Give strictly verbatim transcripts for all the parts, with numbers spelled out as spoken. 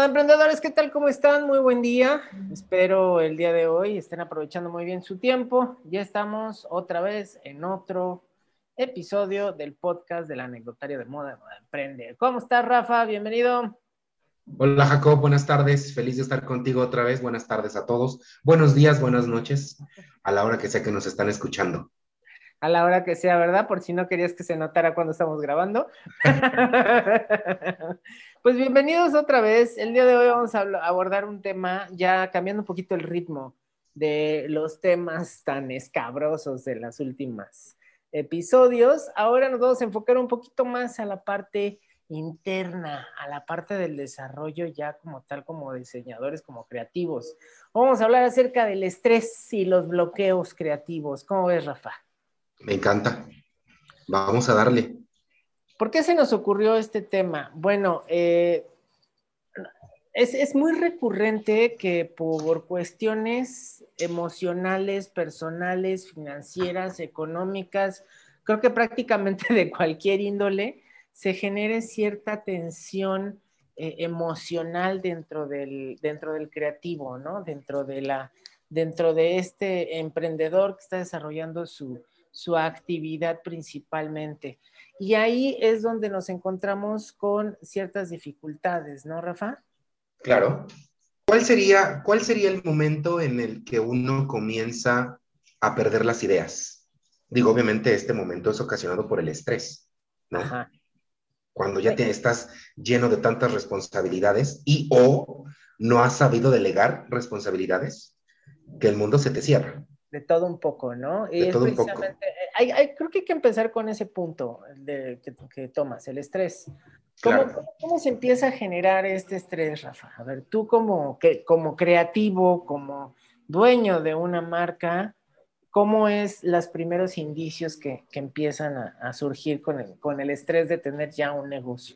Manada de emprendedores, ¿qué tal? ¿Cómo están? Muy buen día. Espero el día de hoy estén aprovechando muy bien su tiempo. Ya estamos otra vez en otro episodio del podcast del anecdotario de moda, Moda Emprende. ¿Cómo estás, Rafa? Bienvenido. Hola Jacob, buenas tardes, feliz de estar contigo otra vez, buenas tardes a todos, buenos días, buenas noches, a la hora que sea que nos están escuchando. A la hora que sea, ¿verdad? Por si no querías que se notara cuando estamos grabando. Pues bienvenidos otra vez. El día de hoy vamos a abordar un tema, ya cambiando un poquito el ritmo de los temas tan escabrosos de las últimas episodios. Ahora nos vamos a enfocar un poquito más a la parte interna, a la parte del desarrollo ya como tal, como diseñadores, como creativos. Vamos a hablar acerca del estrés y los bloqueos creativos. ¿Cómo ves, Rafa? Me encanta, vamos a darle. ¿Por qué se nos ocurrió este tema? Bueno, eh, es, es muy recurrente que por cuestiones emocionales, personales, financieras, económicas, creo que prácticamente de cualquier índole, se genere cierta tensión eh, emocional dentro del, dentro del creativo, ¿no? Dentro de la, dentro de este emprendedor que está desarrollando su, su actividad principalmente. Y ahí es donde nos encontramos con ciertas dificultades, ¿no, Rafa? Claro. ¿Cuál sería, cuál sería el momento en el que uno comienza a perder las ideas? Digo, obviamente este momento es ocasionado por el estrés, ¿no? Ajá. Cuando ya te, estás lleno de tantas responsabilidades y o no has sabido delegar responsabilidades, que el mundo se te cierra, De todo un poco, ¿no? Y de es todo un poco. precisamente, hay, hay, creo que hay que empezar con ese punto de, que, que tomas, el estrés. ¿Cómo, Claro. cómo, ¿Cómo se empieza a generar este estrés, Rafa? A ver, tú como, que, como creativo, como dueño de una marca, ¿cómo es los primeros indicios que, que empiezan a, a surgir con el, con el estrés de tener ya un negocio?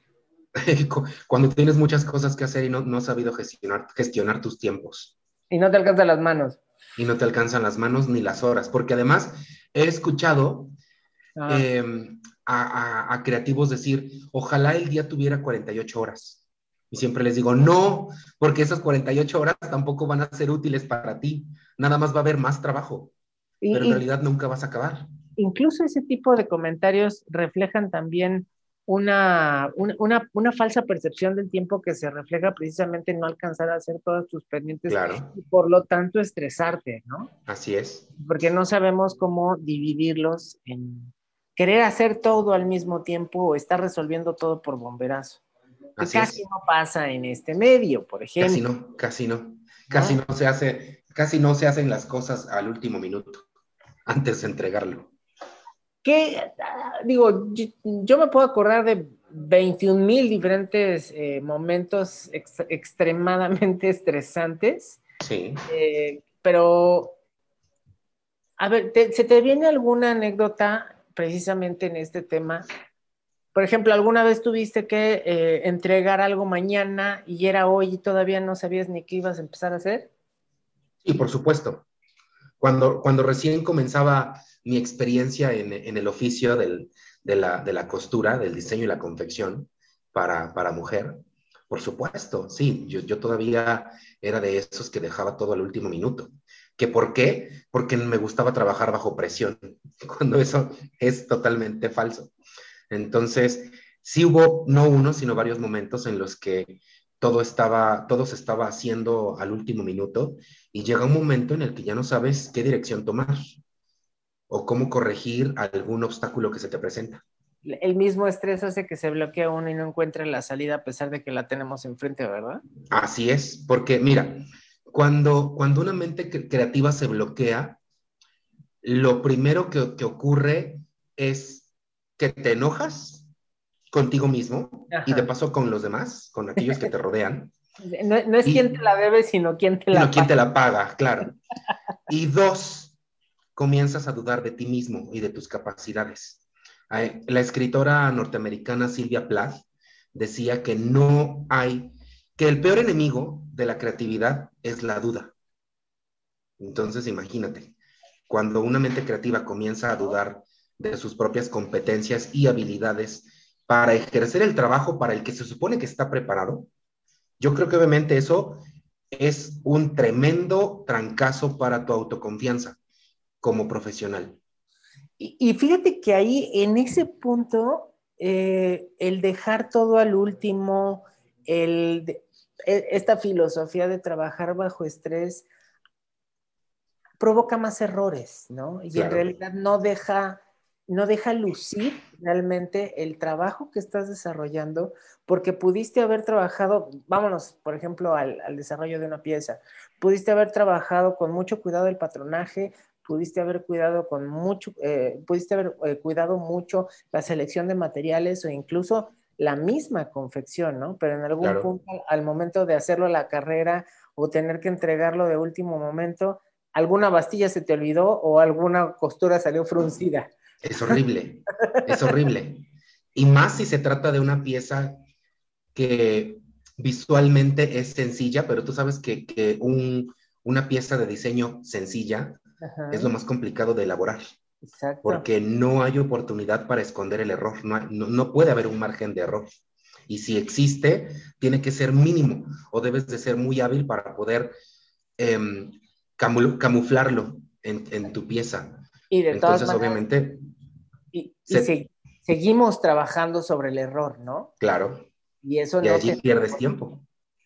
Cuando tienes muchas cosas que hacer y no, no has sabido gestionar, gestionar tus tiempos Y no te alcanzan las manos. y no te alcanzan las manos ni las horas, porque además he escuchado Ah, eh, a, a, a creativos decir, ojalá el día tuviera cuarenta y ocho horas. Y siempre les digo, no, porque esas cuarenta y ocho horas tampoco van a ser útiles para ti, nada más va a haber más trabajo, pero en y, realidad nunca vas a acabar. incluso ese tipo de comentarios reflejan también una, una, una, una falsa percepción del tiempo que se refleja precisamente en no alcanzar a hacer todas tus pendientes Claro, y por lo tanto estresarte, ¿no? así es. Porque no sabemos cómo dividirlos en querer hacer todo al mismo tiempo o estar resolviendo todo por bomberazo, que Así casi es. no pasa en este medio, por Casi ejemplo, no, casi no. Casi ¿no? no se hace, casi no se hacen las cosas al último minuto, antes de entregarlo. Que, ah, digo, yo, yo me puedo acordar de veintiún mil diferentes eh, momentos ex, extremadamente estresantes, Sí. eh, pero, a ver, te, ¿se te viene alguna anécdota precisamente en este tema? Por ejemplo, ¿alguna vez tuviste que eh, entregar algo mañana y era hoy y todavía no sabías ni qué ibas a empezar a hacer? Y por supuesto, cuando, cuando recién comenzaba mi experiencia en, en el oficio del, de, la, de la costura, del diseño y la confección para, para mujer, por supuesto, sí, yo, yo todavía era de esos que dejaba todo al último minuto. ¿Que por qué? Porque me gustaba trabajar bajo presión, cuando eso es totalmente falso. Entonces, sí hubo no uno, sino varios momentos en los que todo estaba, todo se estaba haciendo al último minuto y llega un momento en el que ya no sabes qué dirección tomar o cómo corregir algún obstáculo que se te presenta. El mismo estrés hace que se bloquee uno y no encuentre la salida a pesar de que la tenemos enfrente, ¿verdad? Así es, porque mira, cuando, cuando una mente cre- creativa se bloquea, lo primero que, que ocurre es que te enojas contigo mismo y de Ajá. paso con los demás, con aquellos que te rodean. No, no es quien te Y la debe, sino quien te sino la quién paga. te la paga, claro. Y dos, comienzas a dudar de ti mismo y de tus capacidades. Eh, La escritora norteamericana Sylvia Plath decía que no hay, que el peor enemigo de la creatividad es la duda. Entonces, imagínate, cuando una mente creativa comienza a dudar de sus propias competencias y habilidades para ejercer el trabajo para el que se supone que está preparado, Yo creo que obviamente eso es un tremendo trancazo para tu autoconfianza como profesional. Y, y fíjate que ahí, en ese punto, eh, el dejar todo al último, el, de- e- esta filosofía de trabajar bajo estrés provoca más errores, ¿no? Y en Claro, realidad no deja, no deja lucir realmente el trabajo que estás desarrollando, porque pudiste haber trabajado, vámonos, por ejemplo, al, al desarrollo de una pieza, pudiste haber trabajado con mucho cuidado el patronaje, pudiste haber cuidado con mucho, eh, pudiste haber eh, cuidado mucho la selección de materiales o incluso la misma confección, ¿no? Pero en algún claro. punto, al momento de hacerlo a la carrera o tener que entregarlo de último momento, alguna bastilla se te olvidó o alguna costura salió fruncida. Es horrible, es horrible. Y más si se trata de una pieza que visualmente es sencilla, pero tú sabes que, que un, una pieza de diseño sencilla es Ajá, lo más complicado de elaborar, exacto. porque no hay oportunidad para esconder el error, no, hay- no, no puede haber un margen de error. Y si existe, tiene que ser mínimo o debes de ser muy hábil para poder em, camu- camuflarlo en, en tu pieza. Y de todas Entonces, maneras, obviamente, y, y se, se, seguimos trabajando sobre el error, ¿no? claro, Y eso y no allí te... pierdes tiempo.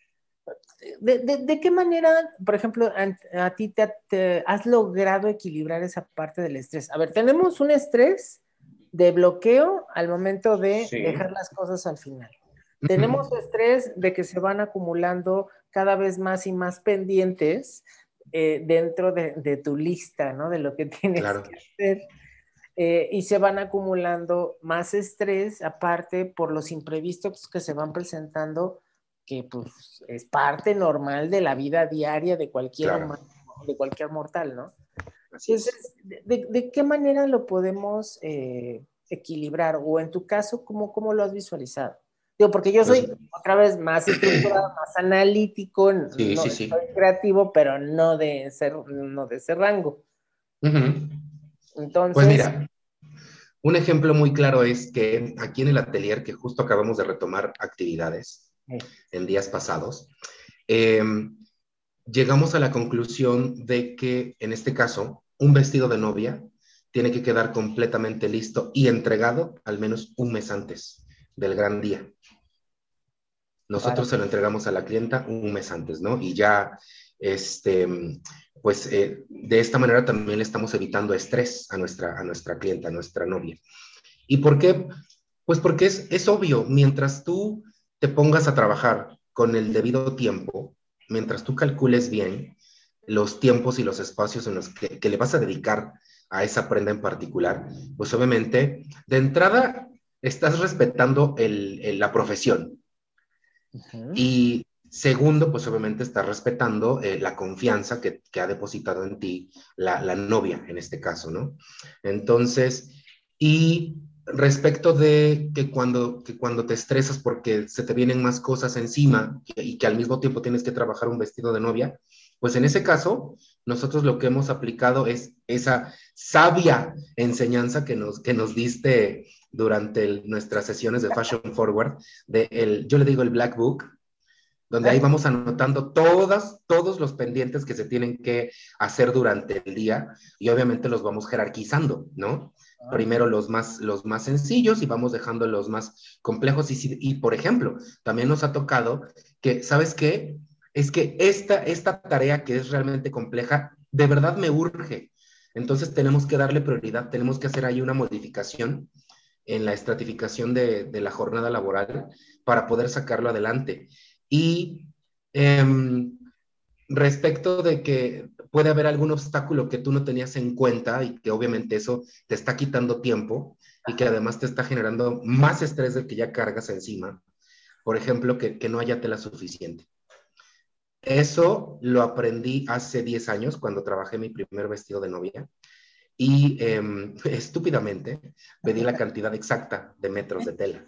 ¿De, de, de qué manera, por ejemplo, a, a ti te, te, has logrado equilibrar esa parte del estrés? A ver, tenemos un estrés de bloqueo al momento de dejar Sí. las cosas al final. Tenemos Ujú. estrés de que se van acumulando cada vez más y más pendientes eh, dentro de, de, tu lista, ¿no? De lo que tienes Claro, que hacer. Eh, y se van acumulando más estrés, aparte por los imprevistos que se van presentando, que pues es parte normal de la vida diaria de cualquier claro, humano, de cualquier mortal, ¿no? así es. Entonces, ¿de, de, de qué manera lo podemos eh, equilibrar? O en tu caso, ¿cómo, ¿cómo lo has visualizado? Digo, porque yo Pues soy otra vez más estructurado, más analítico, sí, no sí, soy sí. creativo, pero no de, ser, no de ese rango. Ujú. Pues Entonces, mira, un ejemplo muy claro es que aquí en el atelier, que justo acabamos de retomar actividades eh, en días pasados, eh, llegamos a la conclusión de que en este caso, un vestido de novia tiene que quedar completamente listo y entregado al menos un mes antes del gran día. para Nosotros se lo entregamos a la clienta un mes antes, ¿no? Y ya, este, pues eh, de esta manera también le estamos evitando estrés a nuestra, a nuestra clienta, a nuestra novia. ¿Y por qué? Pues porque es, es obvio, mientras tú te pongas a trabajar con el debido tiempo, mientras tú calcules bien los tiempos y los espacios en los que, que le vas a dedicar a esa prenda en particular, pues obviamente, de entrada, estás respetando el, el, la profesión, uh-huh. y segundo, pues obviamente estás respetando eh, la confianza que, que, ha depositado en ti la, la, novia, en este caso, ¿no? Entonces, y respecto de que cuando, que cuando te estresas porque se te vienen más cosas encima y que al mismo tiempo tienes que trabajar un vestido de novia, pues en ese caso, nosotros lo que hemos aplicado es esa sabia enseñanza que nos, que nos diste durante el, nuestras sesiones de Fashion Forward, de el, yo le digo el Black Book, donde ahí vamos anotando todas, todos los pendientes que se tienen que hacer durante el día y obviamente los vamos jerarquizando, ¿no? Primero los más, los más sencillos y vamos dejando los más complejos. Y, y por ejemplo, también nos ha tocado que, ¿sabes qué? Es que esta, esta tarea que es realmente compleja, de verdad me urge. Entonces tenemos que darle prioridad, tenemos que hacer ahí una modificación en la estratificación de, de la jornada laboral para poder sacarlo adelante. Y eh, respecto de que puede haber algún obstáculo que tú no tenías en cuenta y que obviamente eso te está quitando tiempo y que además te está generando más estrés del que ya cargas encima. Por ejemplo, que, que no haya tela suficiente. Eso lo aprendí hace diez años cuando trabajé mi primer vestido de novia y eh, estúpidamente pedí la cantidad exacta de metros de tela.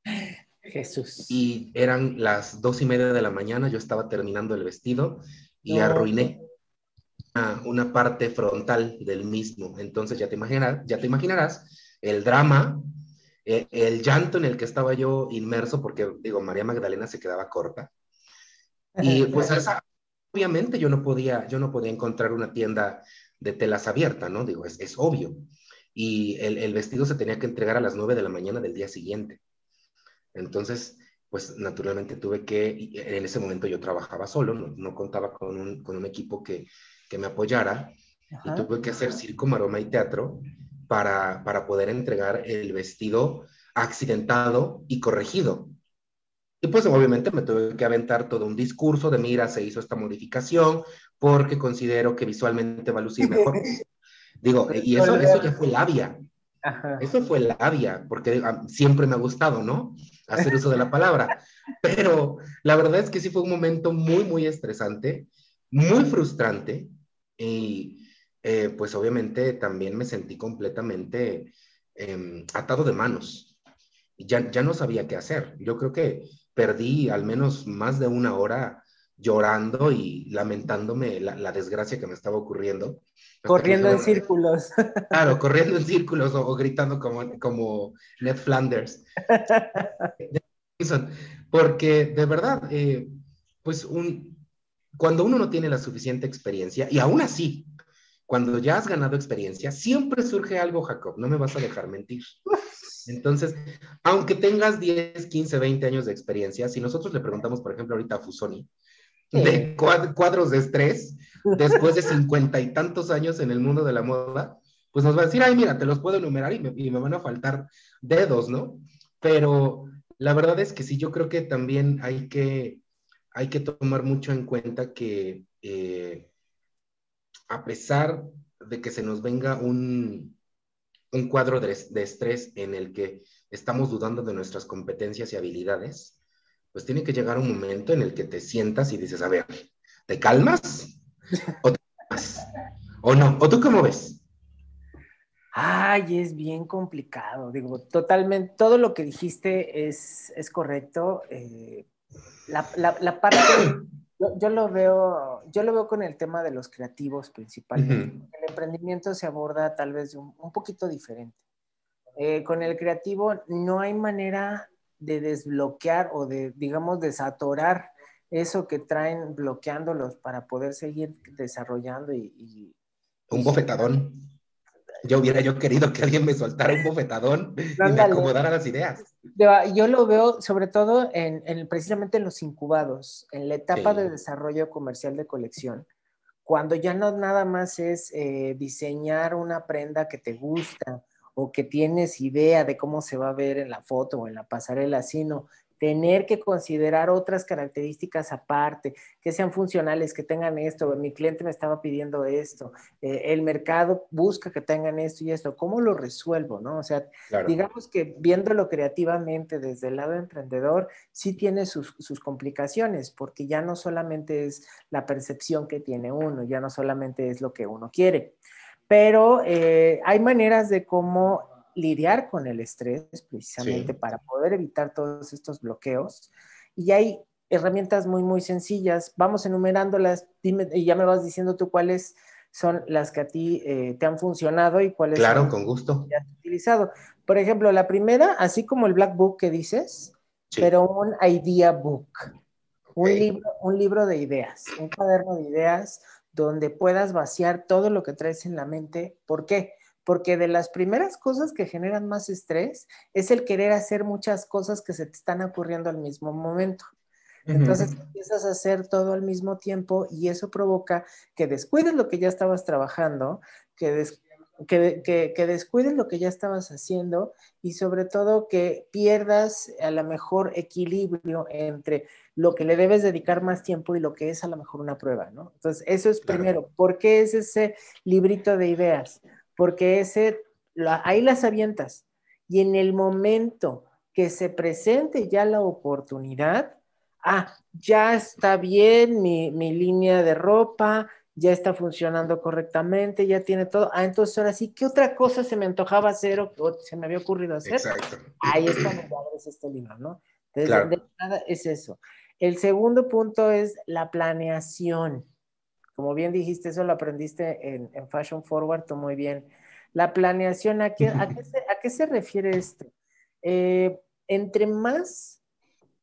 Jesús. Y eran las dos y media de la mañana, yo estaba terminando el vestido y No, arruiné una, una parte frontal del mismo. Entonces ya te imaginarás, ya te imaginarás el drama, eh, el llanto en el que estaba yo inmerso, porque digo, María Magdalena se quedaba corta. Y pues esa, obviamente yo no podía, yo no podía encontrar una tienda de telas abierta, ¿no? Digo, es, es obvio. Y el, el vestido se tenía que entregar a las nueve de la mañana del día siguiente. Entonces, pues naturalmente tuve que, en ese momento yo trabajaba solo, no, no contaba con un, con un equipo que, que me apoyara, y Ajá. tuve que hacer circo, maroma y teatro para, para poder entregar el vestido accidentado y corregido. Y pues obviamente me tuve que aventar todo un discurso de, mira, se hizo esta modificación porque considero que visualmente va a lucir mejor. Digo, y eso, eso ya Resolver. fue labia. Ajá. Eso fue labia, porque um, siempre me ha gustado, ¿no? Hacer uso de la palabra. Pero la verdad es que sí fue un momento muy, muy estresante, muy frustrante, y eh, pues obviamente también me sentí completamente eh, atado de manos. Ya, ya no sabía qué hacer. Yo creo que perdí al menos más de una hora llorando y lamentándome la, la desgracia que me estaba ocurriendo, hasta que dije, Corriendo en bueno, círculos. claro, corriendo en círculos o, o gritando como, como Ned Flanders. Porque de verdad, eh, pues un, cuando uno no tiene la suficiente experiencia, y aún así, cuando ya has ganado experiencia, siempre surge algo, Jacob, no me vas a dejar mentir. Entonces, aunque tengas diez, quince, veinte años de experiencia, si nosotros le preguntamos, por ejemplo, ahorita a Fusoni, Sí. de cuadros de estrés, después de cincuenta y tantos años en el mundo de la moda, pues nos va a decir, ay, mira, te los puedo enumerar y me, y me van a faltar dedos, ¿no? Pero la verdad es que sí, yo creo que también hay que, hay que tomar mucho en cuenta que eh, a pesar de que se nos venga un, un cuadro de, de estrés en el que estamos dudando de nuestras competencias y habilidades, pues tiene que llegar un momento en el que te sientas y dices, a ver, ¿te calmas o te calmas? ¿O no? ¿O tú cómo ves? Ay, es bien complicado. Digo, totalmente, todo lo que dijiste es, es correcto. Eh, la, la, la parte, yo, yo, lo veo, yo lo veo con el tema de los creativos Uh principalmente. -huh. El emprendimiento se aborda tal vez un, un poquito diferente. Eh, con el creativo no hay manera de desbloquear o de, digamos, desatorar eso que traen bloqueándolos para poder seguir desarrollando y, y, y Un bofetadón. Yo hubiera yo querido que alguien me soltara un bofetadón y me ándale. acomodara las ideas. Yo lo veo sobre todo en, en precisamente en los incubados, en la etapa de Sí. desarrollo comercial de colección, cuando ya no nada más es eh, diseñar una prenda que te gusta o que tienes idea de cómo se va a ver en la foto o en la pasarela, sino tener que considerar otras características aparte, que sean funcionales, que tengan esto, mi cliente me estaba pidiendo esto, eh, el mercado busca que tengan esto y esto, ¿cómo lo resuelvo? ¿No? O sea, Claro. digamos que viéndolo creativamente desde el lado emprendedor, sí tiene sus, sus complicaciones, porque ya no solamente es la percepción que tiene uno, ya no solamente es lo que uno quiere, pero eh, hay maneras de cómo lidiar con el estrés precisamente Sí. para poder evitar todos estos bloqueos y hay herramientas muy, muy sencillas. Vamos enumerándolas, dime, y ya me vas diciendo tú cuáles son las que a ti eh, te han funcionado y cuáles Claro, son con gusto. que has utilizado. Por ejemplo, la primera, así como el Black Book que dices, Sí. pero un idea book. Ok. Un libro, un libro de ideas, un cuaderno de ideas donde puedas vaciar todo lo que traes en la mente. ¿Por qué? Porque de las primeras cosas que generan más estrés es el querer hacer muchas cosas que se te están ocurriendo al mismo momento. Uh Entonces -huh. empiezas a hacer todo al mismo tiempo y eso provoca que descuides lo que ya estabas trabajando, que, des, que, que, que descuides lo que ya estabas haciendo y sobre todo que pierdas a lo mejor equilibrio entre lo que le debes dedicar más tiempo y lo que es a lo mejor una prueba, ¿no? Entonces, eso es Claro. primero. ¿Por qué es ese librito de ideas? Porque ese, la, ahí las avientas y en el momento que se presente ya la oportunidad, ah, ya está bien mi, mi línea de ropa, ya está funcionando correctamente, ya tiene todo. Ah, entonces ahora sí, ¿qué otra cosa se me antojaba hacer o, o se me había ocurrido hacer? Exacto. Ahí es cuando ya abres este libro, ¿no? Entonces, de, de Claro. nada es eso. El segundo punto es la planeación. Como bien dijiste, eso lo aprendiste en, en Fashion Forward, tú muy bien. La planeación, ¿a qué, a qué, se, a qué se refiere esto? Eh, entre más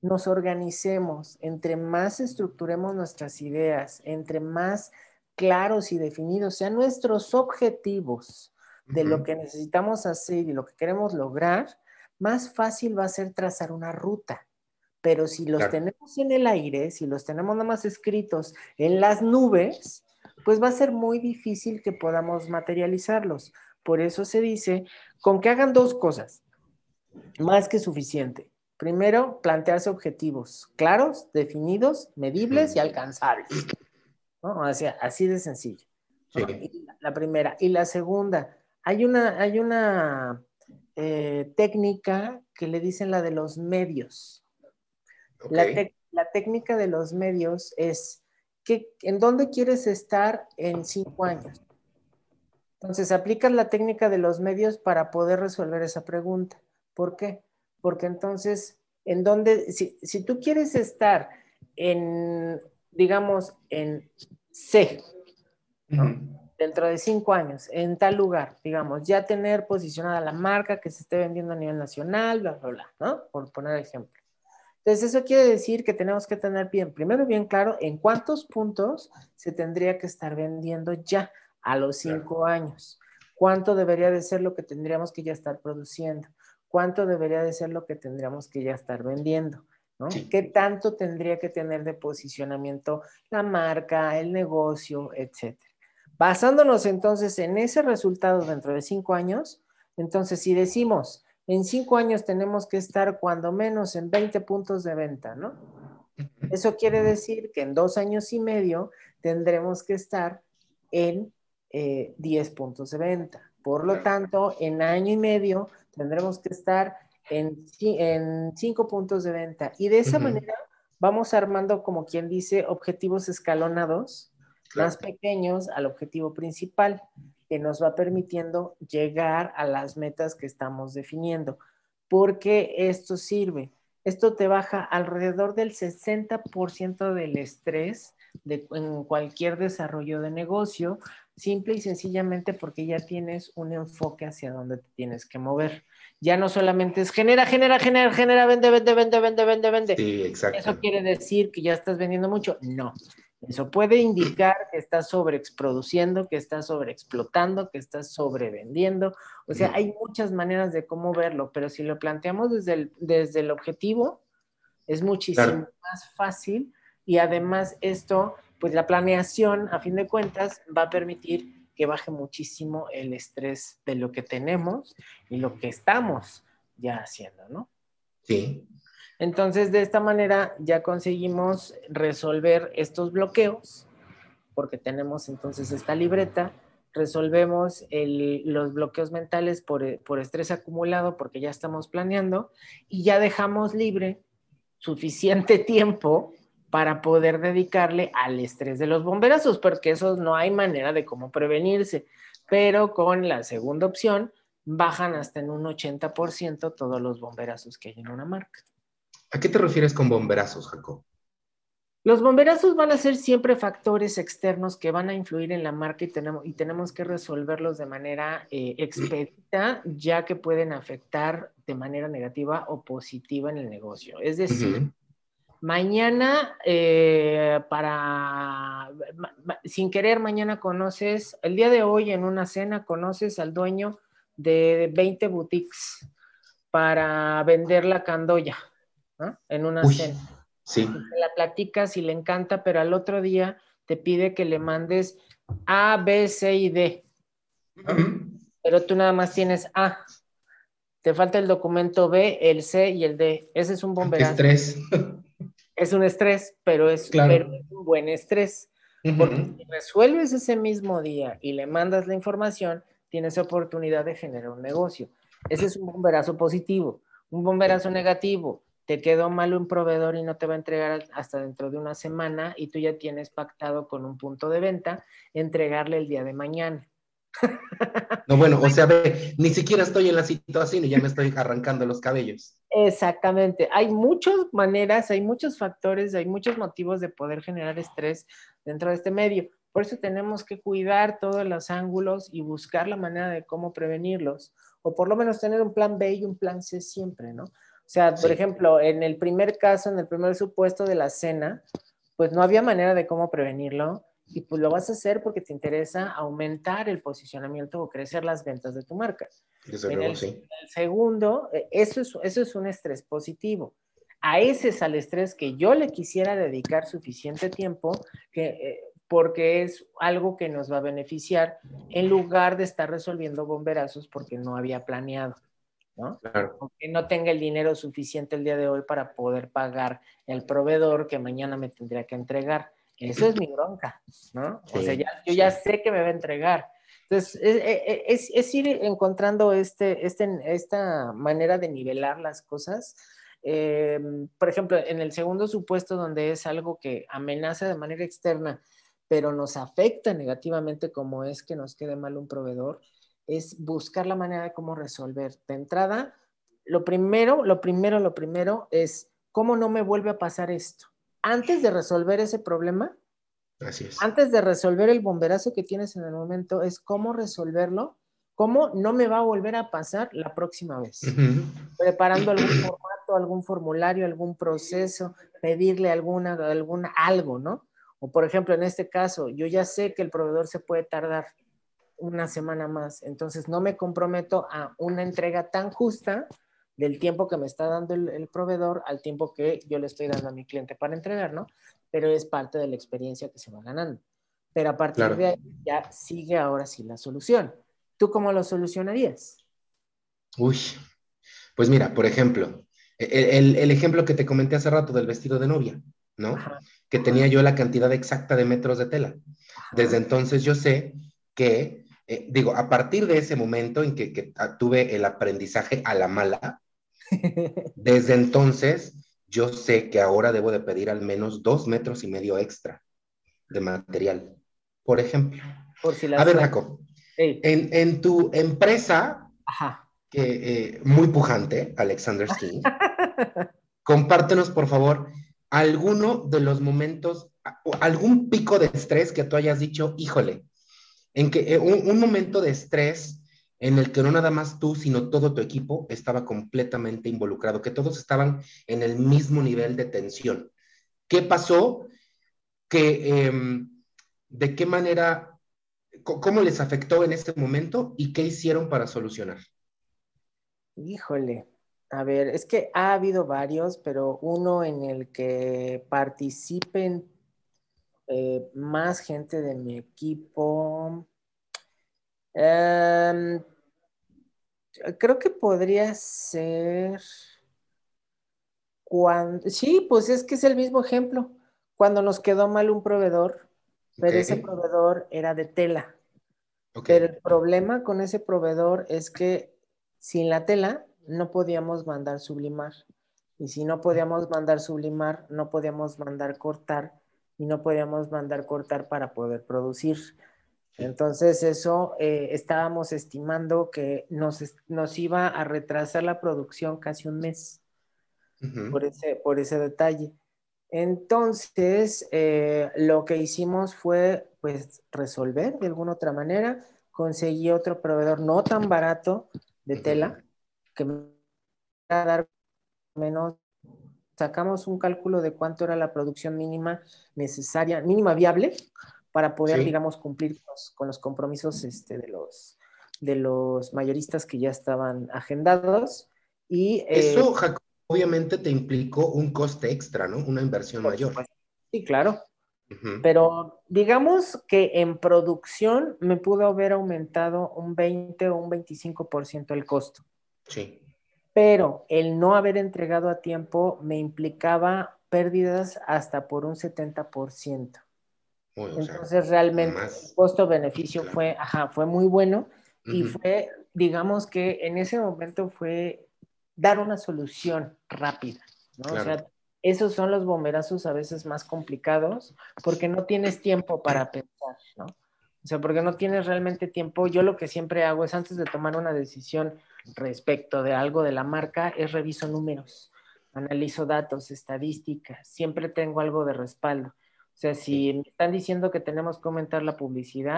nos organicemos, entre más estructuremos nuestras ideas, entre más claros y definidos sean nuestros objetivos de lo que necesitamos hacer y lo que queremos lograr, más fácil va a ser trazar una ruta. Pero si los Claro. tenemos en el aire, si los tenemos nada más escritos en las nubes, pues va a ser muy difícil que podamos materializarlos. Por eso se dice, con que hagan dos cosas, más que suficiente. Primero, plantearse objetivos claros, definidos, medibles y Ujú. alcanzables, ¿no? O sea, así de sencillo, Sí. ¿no? Y la primera. Y la segunda, hay una, hay una eh, técnica que le dicen la de los medios. Ok. La, te la técnica de los medios es que, ¿en dónde quieres estar en cinco años? Entonces, aplicas la técnica de los medios para poder resolver esa pregunta. ¿Por qué? Porque entonces, en dónde, si, si tú quieres estar en, digamos, en C, ¿no? Ujú. Dentro de cinco años, en tal lugar, digamos, ya tener posicionada la marca que se esté vendiendo a nivel nacional, bla, bla, bla, ¿no? Por poner ejemplo. Entonces, eso quiere decir que tenemos que tener bien, primero bien claro en cuántos puntos se tendría que estar vendiendo ya a los Claro. cinco años. ¿Cuánto debería de ser lo que tendríamos que ya estar produciendo? ¿Cuánto debería de ser lo que tendríamos que ya estar vendiendo? ¿No? Sí. ¿Qué tanto tendría que tener de posicionamiento la marca, el negocio, etcétera? Basándonos entonces en ese resultado dentro de cinco años, entonces si decimos, en cinco años tenemos que estar cuando menos en veinte puntos de venta, ¿no? Eso quiere decir que en dos años y medio tendremos que estar en eh, diez puntos de venta. Por lo Claro. tanto, en año y medio tendremos que estar en, en cinco puntos de venta. Y de esa Ujú. manera vamos armando, como quien dice, objetivos escalonados, más Claro. pequeños al objetivo principal, que nos va permitiendo llegar a las metas que estamos definiendo. Porque esto sirve. Esto te baja alrededor del sesenta por ciento del estrés de, en cualquier desarrollo de negocio, simple y sencillamente porque ya tienes un enfoque hacia donde te tienes que mover. Ya no solamente es genera, genera, genera, genera, vende, vende, vende, vende, vende, vende. Sí, ¿Eso exacto. quiere decir que ya estás vendiendo mucho? No. Eso puede indicar que estás sobreproduciendo, que estás sobreexplotando, que estás sobrevendiendo. O sea, Ujú. hay muchas maneras de cómo verlo, pero si lo planteamos desde el, desde el objetivo, es muchísimo Claro. más fácil y además esto, pues la planeación, a fin de cuentas, va a permitir que baje muchísimo el estrés de lo que tenemos y lo que estamos ya haciendo, ¿no? Sí. Entonces, de esta manera ya conseguimos resolver estos bloqueos, porque tenemos entonces esta libreta, resolvemos el, los bloqueos mentales por, por estrés acumulado, porque ya estamos planeando, y ya dejamos libre suficiente tiempo para poder dedicarle al estrés de los bomberazos, porque eso no hay manera de cómo prevenirse. Pero con la segunda opción, bajan hasta en un ochenta por ciento todos los bomberazos que hay en una marca. ¿A qué te refieres con bomberazos, Jacob? Los bomberazos van a ser siempre factores externos que van a influir en la marca y tenemos, y tenemos que resolverlos de manera eh, expedita, ya que pueden afectar de manera negativa o positiva en el negocio. Es decir, Ujú. mañana, eh, para, ma, ma, sin querer, mañana conoces, el día de hoy en una cena conoces al dueño de veinte boutiques para vender la candoya, ¿no? En una Uy, cena. sí. Y te la platicas y le encanta, pero al otro día te pide que le mandes A, B, C y D, ¿no? Ujú. Pero tú nada más tienes A. Te falta el documento B, el C y el D. Ese es un Qué bomberazo. estrés. Es un estrés, pero es, pero Claro. es un buen estrés. Porque Ujú. si resuelves ese mismo día y le mandas la información, tienes oportunidad de generar un negocio. Ese es un bomberazo positivo. Un Sí. bomberazo negativo, te quedó mal un proveedor y no te va a entregar hasta dentro de una semana y tú ya tienes pactado con un punto de venta entregarle el día de mañana. No, bueno, o sea, ve, ni siquiera estoy en la situación y ya me estoy arrancando los cabellos. Exactamente. Hay muchas maneras, hay muchos factores, hay muchos motivos de poder generar estrés dentro de este medio. Por eso tenemos que cuidar todos los ángulos y buscar la manera de cómo prevenirlos, o por lo menos tener un plan B y un plan C siempre, ¿no? O sea, por Sí, ejemplo, en el primer caso, en el primer supuesto de la cena, pues no había manera de cómo prevenirlo y pues lo vas a hacer porque te interesa aumentar el posicionamiento o crecer las ventas de tu marca. desde En luego, el, sí. el segundo, eh, eso es, eso es un estrés positivo. A ese es al estrés que yo le quisiera dedicar suficiente tiempo que, eh, porque es algo que nos va a beneficiar en lugar de estar resolviendo bomberazos porque no había planeado, ¿no? Claro, O que no tenga el dinero suficiente el día de hoy para poder pagar el proveedor que mañana me tendría que entregar. Eso es mi bronca, ¿no? O sea, ya, sí, yo ya sí. sé que me va a entregar. Entonces, es, es, es ir encontrando este, este, esta manera de nivelar las cosas. Eh, por ejemplo, en el segundo supuesto, donde es algo que amenaza de manera externa, pero nos afecta negativamente, como es que nos quede mal un proveedor, es buscar la manera de cómo resolver. De entrada, lo primero, lo primero, lo primero es cómo no me vuelve a pasar esto. Antes de resolver ese problema, Así es. antes de resolver el bomberazo que tienes en el momento, es cómo resolverlo, cómo no me va a volver a pasar la próxima vez. Ujú. Preparando algún formato, algún formulario, algún proceso, pedirle alguna, alguna, algo, ¿no? O por ejemplo, en este caso, yo ya sé que el proveedor se puede tardar una semana más. Entonces no me comprometo a una entrega tan justa del tiempo que me está dando el, el, proveedor al tiempo que yo le estoy dando a mi cliente para entregar, ¿no? Pero es parte de la experiencia que se va ganando. Pero a partir de Claro. ahí ya sigue ahora sí la solución. ¿Tú cómo lo solucionarías? Uy, pues mira, por ejemplo, e- el, el ejemplo que te comenté hace rato del vestido de novia, ¿no? Ajá, Que tenía yo la cantidad exacta de metros de tela. Desde ajá. entonces yo sé que, eh, digo, a partir de ese momento en que, que ah, tuve el aprendizaje a la mala, desde entonces yo sé que ahora debo de pedir al menos dos metros y medio extra de material, por ejemplo. Por si A las ver, dudas. Jacob, Hey. en, en tu empresa, Ajá. que, eh, muy pujante, Alexander Skin, compártenos, por favor, alguno de los momentos, o algún pico de estrés que tú hayas dicho, híjole, en que eh, un, un momento de estrés en el que no nada más tú, sino todo tu equipo estaba completamente involucrado, que todos estaban en el mismo nivel de tensión. ¿Qué pasó? ¿Qué, eh, ¿De qué manera, cómo les afectó en ese momento y qué hicieron para solucionar? Híjole, a ver, es que ha habido varios, pero uno en el que participen eh, más gente de mi equipo. Um, creo que podría ser cuando, sí, pues es que es el mismo ejemplo, cuando nos quedó mal un proveedor, Ok, pero ese proveedor era de tela. ok, Pero el problema con ese proveedor es que sin la tela no podíamos mandar sublimar. Y si no podíamos mandar sublimar, no podíamos mandar cortar y no podíamos mandar cortar para poder producir. sí. Entonces eso eh, estábamos estimando que nos, nos iba a retrasar la producción casi un mes Ujú, por ese, por ese detalle. Entonces, eh, lo que hicimos fue, pues, resolver de alguna otra manera. Conseguí otro proveedor no tan barato de ujú, tela, que me iba a dar menos. Sacamos un cálculo de cuánto era la producción mínima necesaria, mínima viable, para poder, sí. digamos, cumplir con los, con los compromisos este, de, los, de los mayoristas que ya estaban agendados. Y, eh, Eso, Jacob, obviamente te implicó un coste extra, ¿no? Una inversión por mayor. supuesto, sí, claro. Ujú, Pero digamos que en producción me pudo haber aumentado un veinte o un veinticinco por ciento el costo, sí. pero el no haber entregado a tiempo me implicaba pérdidas hasta por un setenta por ciento. Uy, o sea, Entonces realmente el más, costo-beneficio claro. fue, ajá, fue muy bueno y Ujú, fue, digamos que en ese momento fue dar una solución rápida, ¿no? O claro. sea, esos son los bomberazos a veces más complicados porque no tienes tiempo para pensar, ¿no? O sea, porque no tienes realmente tiempo. Yo lo que siempre hago es antes de tomar una decisión respecto de algo de la marca, es reviso números, analizo datos, estadísticas, siempre tengo algo de respaldo. O sea, Sí. si me están diciendo que tenemos que aumentar la publicidad,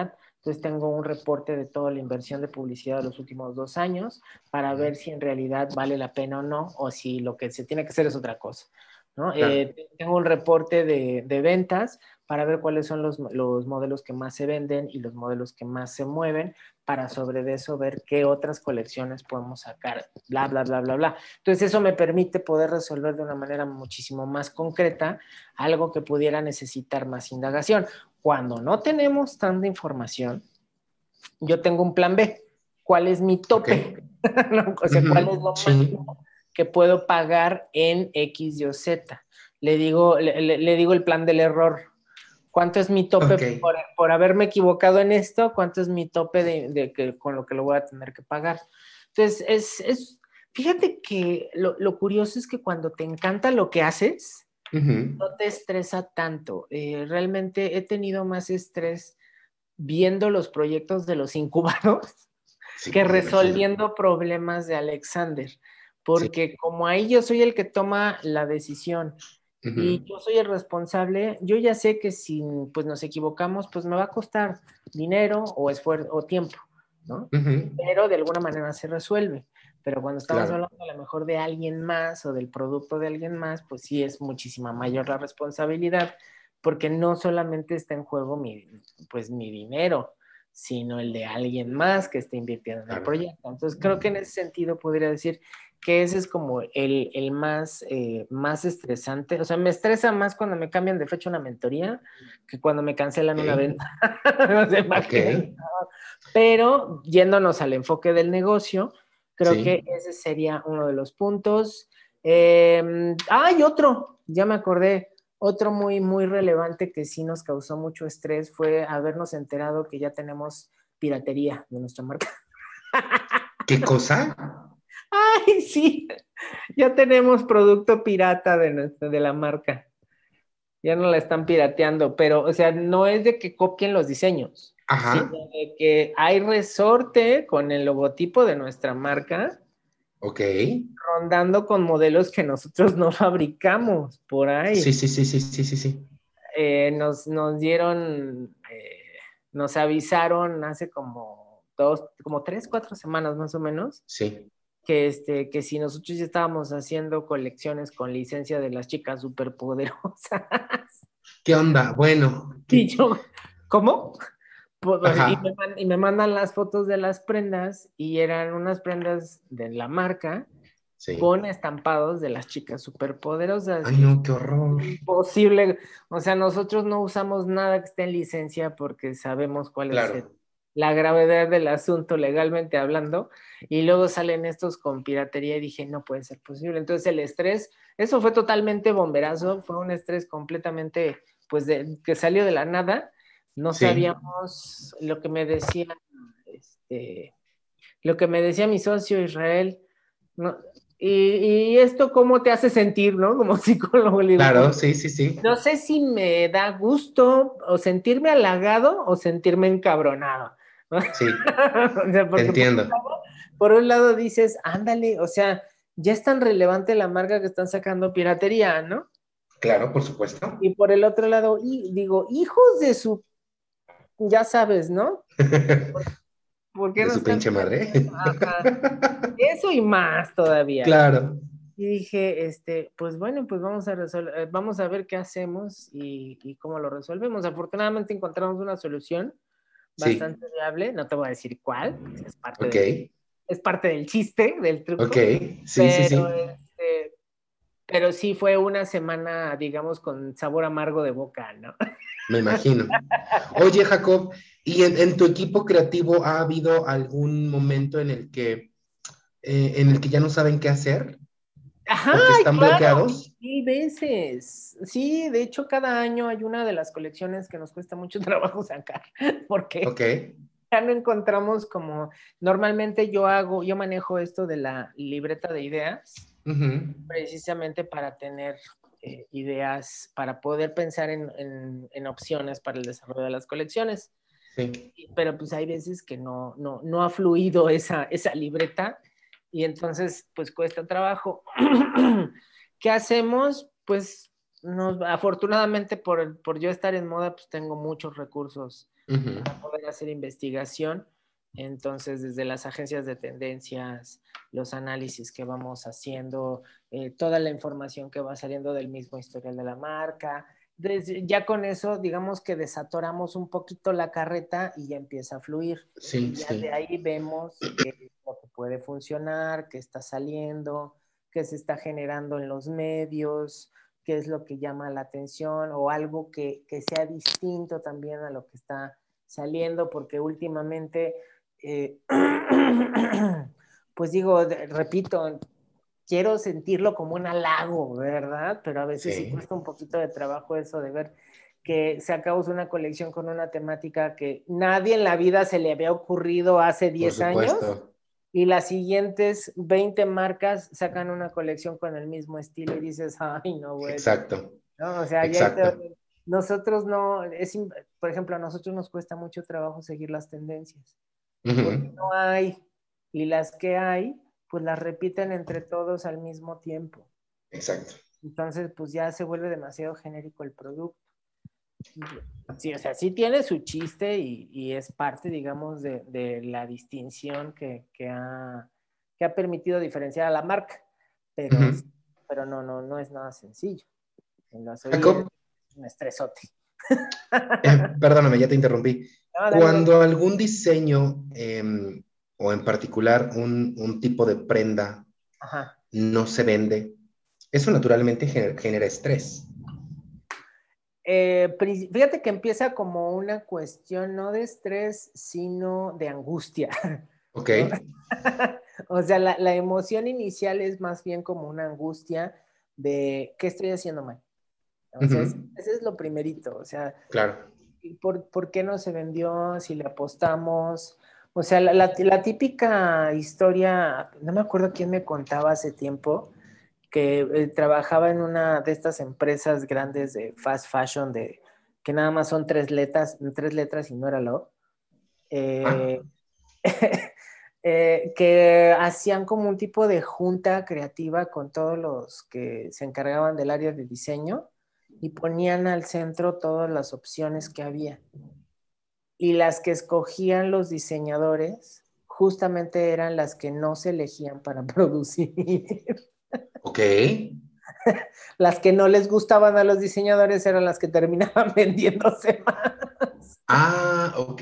Entonces tengo un reporte de toda la inversión de publicidad de los últimos dos años para ver si en realidad vale la pena o no, o si lo que se tiene que hacer es otra cosa, ¿no? Claro. Eh, tengo un reporte de, de ventas para ver cuáles son los, los modelos que más se venden y los modelos que más se mueven, para sobre eso ver qué otras colecciones podemos sacar, bla, bla, bla, bla, bla. Entonces eso me permite poder resolver de una manera muchísimo más concreta algo que pudiera necesitar más indagación. Cuando no tenemos tanta información, yo tengo un plan B. ¿Cuál es mi tope? Okay. ¿No? O sea, uh-huh. ¿Cuál es lo máximo sí. que puedo pagar en X, Y o Z? Le digo, le, le digo el plan del error. ¿Cuánto es mi tope okay. por, por haberme equivocado en esto? ¿Cuánto es mi tope de, de que, con lo que lo voy a tener que pagar? Entonces, es, es fíjate que lo, lo curioso es que cuando te encanta lo que haces, uh-huh. no te estresa tanto. Eh, realmente he tenido más estrés viendo los proyectos de los incubados sí, que resolviendo imagino. problemas de Alexander, porque sí. como ahí yo soy el que toma la decisión uh-huh. y yo soy el responsable, yo ya sé que si pues, nos equivocamos, pues me va a costar dinero o esfuerzo o tiempo, ¿no? Uh-huh. Pero de alguna manera se resuelve. Pero cuando estamos claro. hablando a lo mejor de alguien más o del producto de alguien más, pues sí es muchísima mayor la responsabilidad, porque no solamente está en juego mi, pues, mi dinero, sino el de alguien más que esté invirtiendo en el proyecto. Entonces creo que en ese sentido podría decir que ese es como el, el más, eh, más estresante. O sea, me estresa más cuando me cambian de fecha una mentoría que cuando me cancelan okay. una venta. No se imaginan. Okay. Pero yéndonos al enfoque del negocio, creo sí. que ese sería uno de los puntos. Eh, ah, y otro, ya me acordé. Otro muy, muy relevante que sí nos causó mucho estrés fue habernos enterado que ya tenemos piratería de nuestra marca. ¿Qué cosa? Ay, sí, ya tenemos producto pirata de, nuestra, de la marca. Ya no la están pirateando, pero, o sea, no es de que copien los diseños, Ajá. sino de que hay resorte con el logotipo de nuestra marca. Ok. Rondando con modelos que nosotros no fabricamos por ahí. Sí, sí, sí, sí, sí, sí, sí. Eh, nos, nos dieron, eh, nos avisaron hace como dos, como tres, cuatro semanas más o menos. Sí. Que, este, que si nosotros ya estábamos haciendo colecciones con licencia de las chicas superpoderosas. ¿Qué onda? Bueno. ¿qué? Y yo, ¿cómo? Pues, y, me, y me mandan las fotos de las prendas y eran unas prendas de la marca. Sí. Con estampados de las chicas superpoderosas. Ay, no, qué horror. Imposible. O sea, nosotros no usamos nada que esté en licencia porque sabemos cuál claro. es el, la gravedad del asunto legalmente hablando. Y luego salen estos con piratería y dije, no puede ser posible. Entonces el estrés, eso fue totalmente bomberazo, fue un estrés completamente, pues, de, que salió de la nada. No sí. sabíamos lo que me decía, este, lo que me decía mi socio Israel, no. Y, y esto cómo te hace sentir, ¿no? Como psicólogo. Le digo, claro, sí, sí, sí. No sé si me da gusto o sentirme halagado o sentirme encabronado. ¿No? Sí, o sea, porque entiendo. Por un, lado, por un lado dices, ándale, o sea, ya es tan relevante la marca que están sacando piratería, ¿no? Claro, por supuesto. Y por el otro lado, y, digo, hijos de su, ya sabes, ¿no? ¿Por qué de no su están pinche madre. Ajá. Eso y más todavía. Claro. Y dije, este, pues bueno, pues vamos a resolver, vamos a ver qué hacemos y, y cómo lo resolvemos. Afortunadamente encontramos una solución bastante sí. viable, no te voy a decir cuál, es parte, okay. del, es parte del chiste, del truco. Ok, sí, pero, sí, sí. Este, pero sí fue una semana, digamos, con sabor amargo de boca, ¿no? Me imagino. Oye, Jacob, ¿y en, en tu equipo creativo ha habido algún momento en el que, eh, en el que ya no saben qué hacer? Ajá, ¿O que están claro, bloqueados? mil veces. Sí, de hecho, cada año hay una de las colecciones que nos cuesta mucho trabajo sacar, porque okay. ya no encontramos como, normalmente yo hago, yo manejo esto de la libreta de ideas, uh-huh. precisamente para tener eh, ideas, para poder pensar en, en, en opciones para el desarrollo de las colecciones. Sí. Pero pues hay veces que no, no, no ha fluido esa, esa libreta y entonces pues cuesta trabajo. ¿Qué hacemos? Pues nos, afortunadamente por, por yo estar en moda pues tengo muchos recursos Uh-huh. para poder hacer investigación. Entonces, desde las agencias de tendencias, los análisis que vamos haciendo, eh, toda la información que va saliendo del mismo historial de la marca, desde, ya con eso, digamos que desatoramos un poquito la carreta y ya empieza a fluir. Sí, Y ya sí. de ahí vemos qué es lo que puede funcionar, qué está saliendo, qué se está generando en los medios, qué es lo que llama la atención o algo que, que sea distinto también a lo que está saliendo, porque últimamente, eh, pues digo, de, repito, quiero sentirlo como un halago, ¿verdad? Pero a veces sí Sí, cuesta un poquito de trabajo eso de ver que sacamos una colección con una temática que nadie en la vida se le había ocurrido hace por diez años supuesto. y las siguientes veinte marcas sacan una colección con el mismo estilo y dices, ay, no, bueno, Exacto, ¿no? O sea, ya exacto. te, nosotros no, es, por ejemplo, a nosotros nos cuesta mucho trabajo seguir las tendencias, porque Uh-huh. no hay, y las que hay, pues las repiten entre todos al mismo tiempo. Exacto. Entonces, pues ya se vuelve demasiado genérico el producto. Sí, o sea, sí tiene su chiste y, y es parte, digamos, de, de la distinción que, que, ha, que ha permitido diferenciar a la marca, pero, Uh-huh. pero no, no, no es nada sencillo. En las orillas es Jacob, un estresote. eh, perdóname, ya te interrumpí. No, dale, dale. Cuando algún diseño em, o en particular un, un tipo de prenda Ajá. no se vende, eso naturalmente gener- genera estrés. Eh, fíjate que empieza como una cuestión no de estrés, sino de angustia, ¿Ok? ¿no? O sea, la, la emoción inicial es más bien como una angustia de qué estoy haciendo mal. O sea, ese, Ujú. ese es lo primerito. O sea, Claro. ¿por, por qué no se vendió? Si le apostamos. O sea, la, la, la típica historia, no me acuerdo quién me contaba hace tiempo, que eh, trabajaba en una de estas empresas grandes de fast fashion, de, que nada más son tres letras, tres letras y no era lo. Ah, Eh, eh, que hacían como un tipo de junta creativa con todos los que se encargaban del área de diseño y ponían al centro todas las opciones que había. Y las que escogían los diseñadores justamente eran las que no se elegían para producir. ok. Las que no les gustaban a los diseñadores eran las que terminaban vendiéndose más. Ah, ok.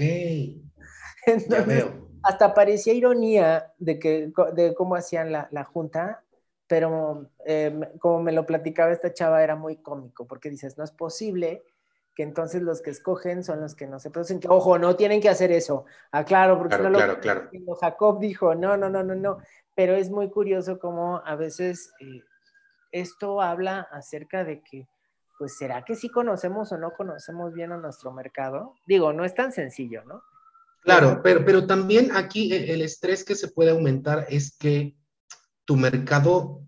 Ya Entonces, veo. hasta parecía ironía de, que, de cómo hacían la, la junta, pero eh, como me lo platicaba esta chava, era muy cómico, porque dices, no es posible que entonces los que escogen son los que no se producen. Que, ojo, no tienen que hacer eso. Ah, claro, porque si no Claro, lo claro, claro. Jacob dijo, no, no, no, no, no. Pero es muy curioso cómo a veces eh, esto habla acerca de que, pues, ¿será que sí conocemos o no conocemos bien a nuestro mercado? Digo, no es tan sencillo, ¿no? Pero es muy... Claro, pero, pero también aquí e- el estrés que se puede aumentar es que tu mercado,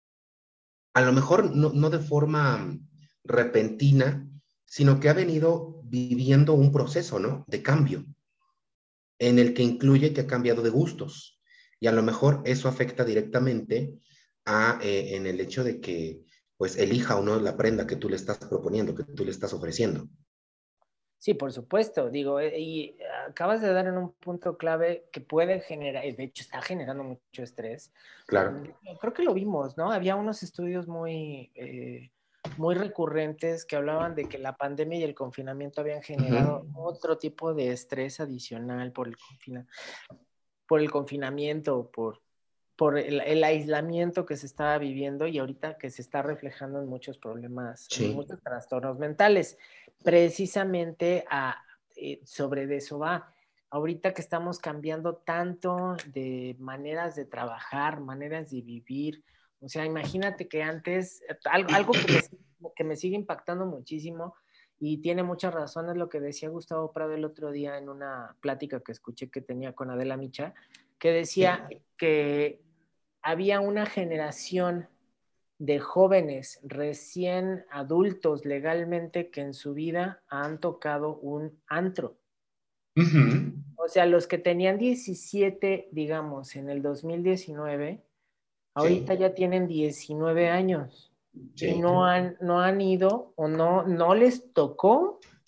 a lo mejor no, no de forma repentina, sino que ha venido viviendo un proceso, ¿no? De cambio, en el que incluye que ha cambiado de gustos. Y a lo mejor eso afecta directamente a, eh, en el hecho de que, pues, elija o no la prenda que tú le estás proponiendo, que tú le estás ofreciendo. Sí, por supuesto, digo, eh, y acabas de dar en un punto clave que puede generar, y de hecho está generando mucho estrés. Claro. Creo que lo vimos, ¿no? Había unos estudios muy, eh, muy recurrentes que hablaban de que la pandemia y el confinamiento habían generado Ujú. otro tipo de estrés adicional por el, confina por el confinamiento, por, por el, el, aislamiento que se estaba viviendo y ahorita que se está reflejando en muchos problemas, en Sí. muchos trastornos mentales. Precisamente a, eh, sobre eso va. Ahorita que estamos cambiando tanto de maneras de trabajar, maneras de vivir, o sea, imagínate que antes, algo, algo que, me, que me sigue impactando muchísimo y tiene muchas razones lo que decía Gustavo Prado el otro día en una plática que escuché que tenía con Adela Micha, que decía Sí. que había una generación de jóvenes recién adultos legalmente que en su vida han tocado un antro. Ujú. O sea, los que tenían diecisiete, digamos, en el dos mil diecinueve, ahorita Sí. ya tienen diecinueve años y Sí. no han, no han ido o no, no les tocó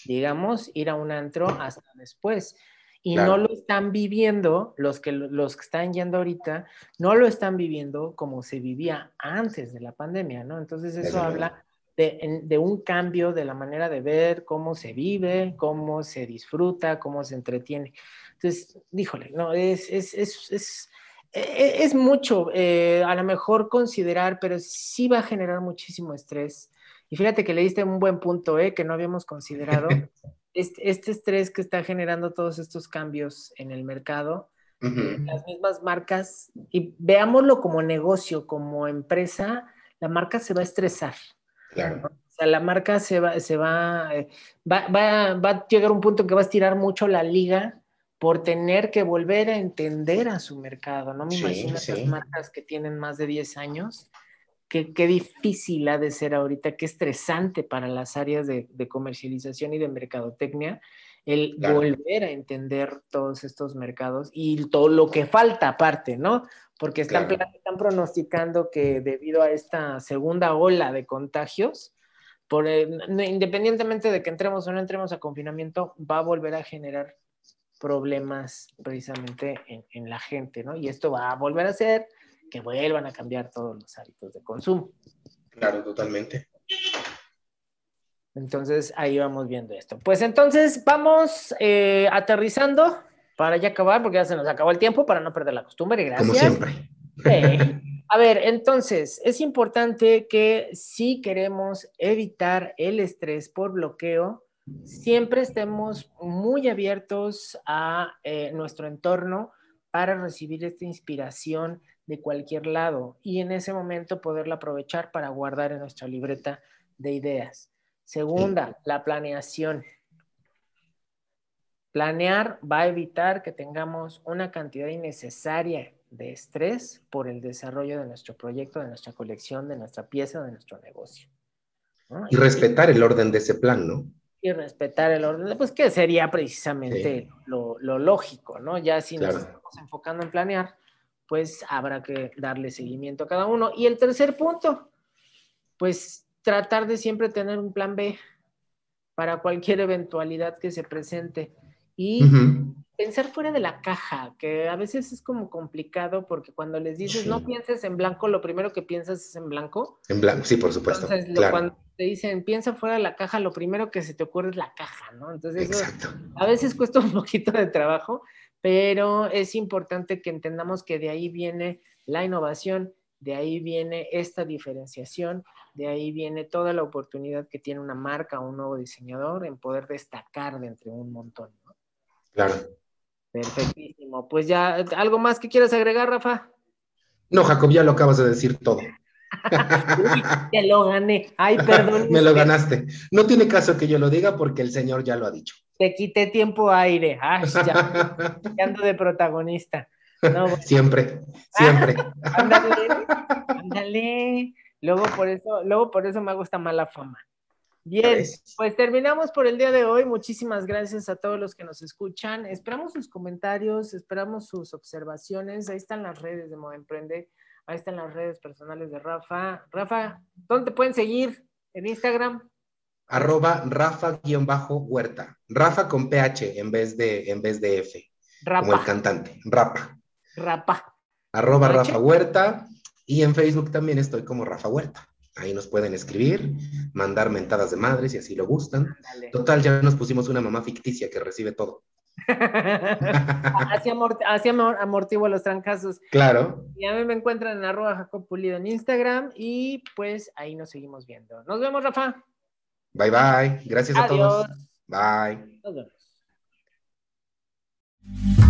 digamos, ir a un antro hasta después. Y Claro. no lo están viviendo, los que, los que están yendo ahorita, no lo están viviendo como se vivía antes de la pandemia, ¿no? Entonces eso Desde luego. habla de, de un cambio de la manera de ver cómo se vive, cómo se disfruta, cómo se entretiene. Entonces, díjole, no, es, es, es, es, es mucho, eh, a lo mejor considerar, pero sí va a generar muchísimo estrés. Y fíjate que le diste un buen punto, ¿eh? Que no habíamos considerado. Este, este estrés que está generando todos estos cambios en el mercado, Uh-huh. eh, las mismas marcas, y veámoslo como negocio, como empresa, la marca se va a estresar. ¿No? Claro. O sea, la marca se va, se va, eh, va, va, va a llegar a un punto en que va a estirar mucho la liga por tener que volver a entender a su mercado. No me Sí, imagino esas sí. marcas que tienen más de diez años. Qué, qué difícil ha de ser ahorita, qué estresante para las áreas de, de comercialización y de mercadotecnia el Claro. volver a entender todos estos mercados y todo lo que falta aparte, ¿no? Porque están, Claro. están pronosticando que debido a esta segunda ola de contagios, por, eh, independientemente de que entremos o no entremos a confinamiento, va a volver a generar problemas precisamente en, en la gente, ¿no? Y esto va a volver a ser que vuelvan a cambiar todos los hábitos de consumo. Claro, totalmente. Entonces, ahí vamos viendo esto. Pues entonces vamos eh, aterrizando para ya acabar, porque ya se nos acabó el tiempo, para no perder la costumbre. Como Gracias. siempre. Sí. A ver, entonces, es importante que si queremos evitar el estrés por bloqueo, siempre estemos muy abiertos a eh, nuestro entorno para recibir esta inspiración de cualquier lado y en ese momento poderla aprovechar para guardar en nuestra libreta de ideas. Sí. Segunda, la planeación. Planear va a evitar que tengamos una cantidad innecesaria de estrés por el desarrollo de nuestro proyecto, de nuestra colección, de nuestra pieza, de nuestro negocio, ¿no? Y respetar el orden de ese plan, ¿no? Y respetar el orden, pues que sería Sí, precisamente lo, lo lógico, ¿no? Ya si nos claro. estamos enfocando en planear, pues habrá que darle seguimiento a cada uno. Y el tercer punto, pues tratar de siempre tener un plan B para cualquier eventualidad que se presente. Y Uh-huh. pensar fuera de la caja, que a veces es como complicado porque cuando les dices no Sí. pienses en blanco, lo primero que piensas es en blanco. En blanco, sí, por supuesto. Entonces, lo, Claro. cuando te dicen piensa fuera de la caja, lo primero que se te ocurre es la caja, ¿no? Entonces, eso Exacto. a veces cuesta un poquito de trabajo, pero es importante que entendamos que de ahí viene la innovación, de ahí viene esta diferenciación, de ahí viene toda la oportunidad que tiene una marca o un nuevo diseñador en poder destacar de entre un montón, ¿no? Claro. Perfectísimo. Pues ya, ¿algo más que quieras agregar, Rafa? No, Jacob, ya lo acabas de decir todo. Uy, te lo gané. Ay, perdón, Me es lo que ganaste. No tiene caso que yo lo diga porque el Señor ya lo ha dicho. te quité tiempo aire. Ay, ya, ya ando de protagonista. No, bueno. Siempre, Ah, siempre. ándale, ándale. Luego por eso, luego por eso me gusta mala fama. Ya Bien, ves. pues terminamos por el día de hoy. Muchísimas gracias a todos los que nos escuchan. Esperamos sus comentarios, esperamos sus observaciones. Ahí están las redes de Moda Emprende, ahí están las redes personales de Rafa. Rafa, ¿dónde te pueden seguir? ¿En Instagram? Arroba Rafa-Huerta. Rafa con P H en vez de, en vez de F, como el Rapa, cantante. Rapa. Rapa. Arroba ¿Con Rafa H? Huerta. Y en Facebook también estoy como Rafa Huerta. Ahí nos pueden escribir, mandar mentadas de madres si así lo gustan. Ándale. Total, ya nos pusimos una mamá ficticia que recibe todo. Así, amort así amortiguo los trancazos. Claro. Y a mí me encuentran en arroba Jacob Pulido en Instagram y pues ahí nos seguimos viendo. Nos vemos, Rafa. Bye bye. Gracias a todos. Adiós. Bye. Nos vemos.